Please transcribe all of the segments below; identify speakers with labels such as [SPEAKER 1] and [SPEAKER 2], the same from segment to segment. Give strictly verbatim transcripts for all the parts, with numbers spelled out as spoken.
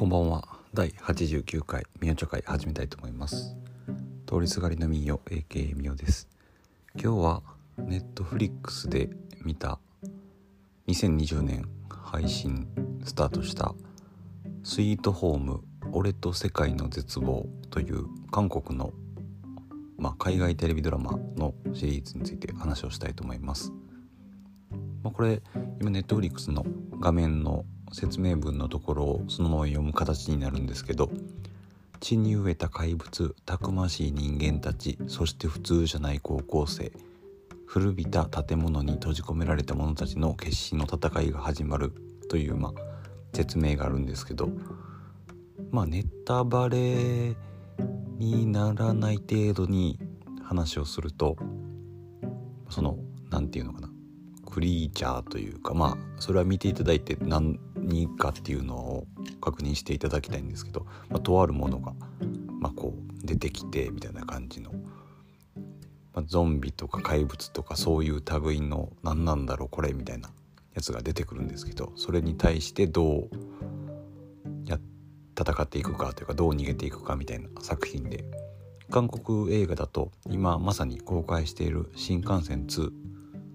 [SPEAKER 1] こんばんは。だいはちじゅうきゅうかいみよちょ会始めたいと思います。通りすがりのみよ エーケーエー みよです。今日はネットフリックスで見たにせんにじゅうねん配信スタートしたスイートホーム俺と世界の絶望という韓国の、まあ、海外テレビドラマのシリーズについて話をしたいと思います。まあ、これ今ネットフリックスの画面の説明文のところをそのまま読む形になるんですけど、地に飢えた怪物、たくましい人間たち、そして普通じゃない高校生、古びた建物に閉じ込められた者たちの決死の戦いが始まるという、まあ、説明があるんですけど、まあネタバレにならない程度に話をすると、そのなんていうのかな、クリーチャーというか、まあそれは見ていただいて何かっていうのを確認していただきたいんですけど、まあ、とあるものが、まあ、こう出てきてみたいな感じの、まあ、ゾンビとか怪物とかそういう類の何なんだろうこれみたいなやつが出てくるんですけど、それに対してどうや戦っていくかというか、どう逃げていくかみたいな作品で、韓国映画だと今まさに公開している新幹線ツー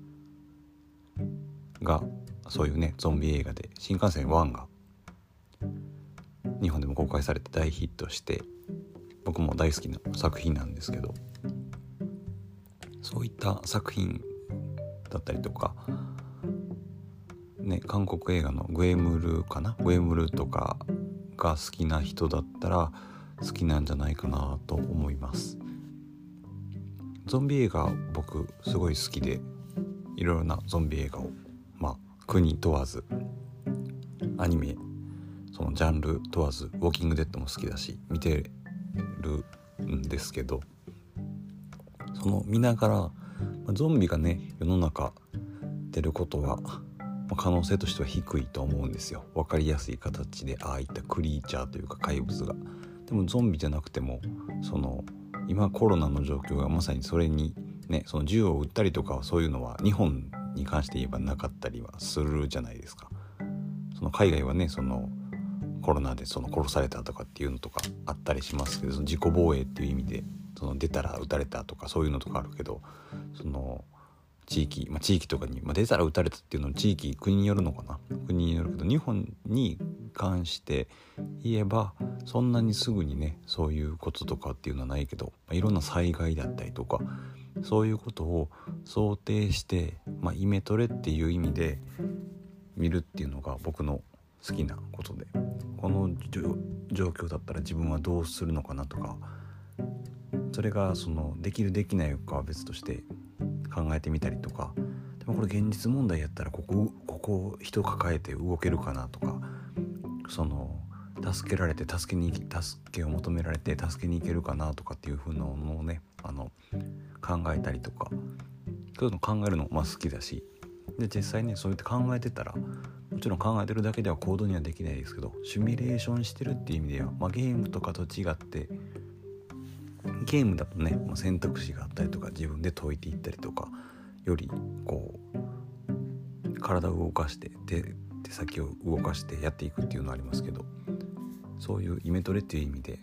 [SPEAKER 1] がそういうねゾンビ映画で、新幹線ワンが日本でも公開されて大ヒットして、僕も大好きな作品なんですけど、そういった作品だったりとかね、韓国映画のグエムルかなグエムルとかが好きな人だったら好きなんじゃないかなと思います。ゾンビ映画僕すごい好きで、いろいろなゾンビ映画をまあ国問わず、アニメそのジャンル問わず、ウォーキングデッドも好きだし見てるんですけど、その見ながらゾンビがね世の中出ることは可能性としては低いと思うんですよ。分かりやすい形でああいったクリーチャーというか怪物が。でもゾンビじゃなくても、その今コロナの状況がまさにそれにね、その銃を撃ったりとかそういうのは日本に関して言えばなかったりはするじゃないですか。その海外はね、そのコロナでその殺されたとかっていうのとかあったりしますけど、その自己防衛っていう意味でその出たら撃たれたとかそういうのとかあるけど、その地域、まあ、地域とかに、まあ、出たら撃たれたっていうのは地域国によるのかな国によるけど、日本に関して言えばそんなにすぐにねそういうこととかっていうのはないけど、まあ、いろんな災害だったりとかそういうことを想定して、まあ、イメトレっていう意味で見るっていうのが僕の好きなことで、この状況だったら自分はどうするのかなとか、それがそのできるできないかは別として考えてみたりとか、でもこれ現実問題やったらここここ人抱えて動けるかなとか、その助けられて助けに助けを求められて助けに行けるかなとかっていう風なのをね、あの考えたりとか、そういうの考えるのまあ好きだし、で実際ねそうやって考えてたら、もちろん考えてるだけでは行動にはできないですけど、シミュレーションしてるっていう意味では、まあ、ゲームとかと違って、ゲームだとね、まあ、選択肢があったりとか自分で解いていったりとか、よりこう体を動かして手、手先を動かしてやっていくっていうのはありますけど、そういうイメトレっていう意味で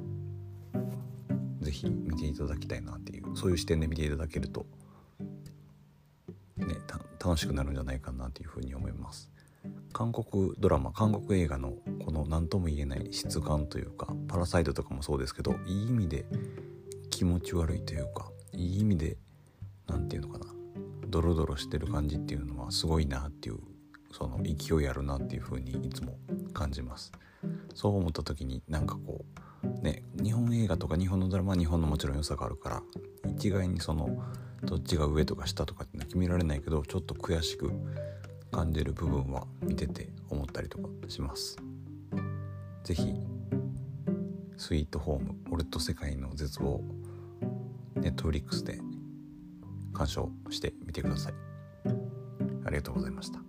[SPEAKER 1] ぜひ見ていただきたいなっていう、そういう視点で見ていただけるとね、楽しくなるんじゃないかなというふうに思います。韓国ドラマ、韓国映画のこの何とも言えない質感というか、パラサイトとかもそうですけど、いい意味で気持ち悪いというか、いい意味でなんていうのかな、ドロドロしてる感じっていうのはすごいなっていう、その勢いあるなっていうふうにいつも感じます。そう思った時になんかこうね、日本映画とか日本のドラマは日本のもちろん良さがあるから、一概にそのどっちが上とか下とかってのは決められないけど、ちょっと悔しく感じる部分は見てて思ったりとかします。ぜひスイートホーム俺と世界の絶望、ネットフリックスで鑑賞してみてください。ありがとうございました。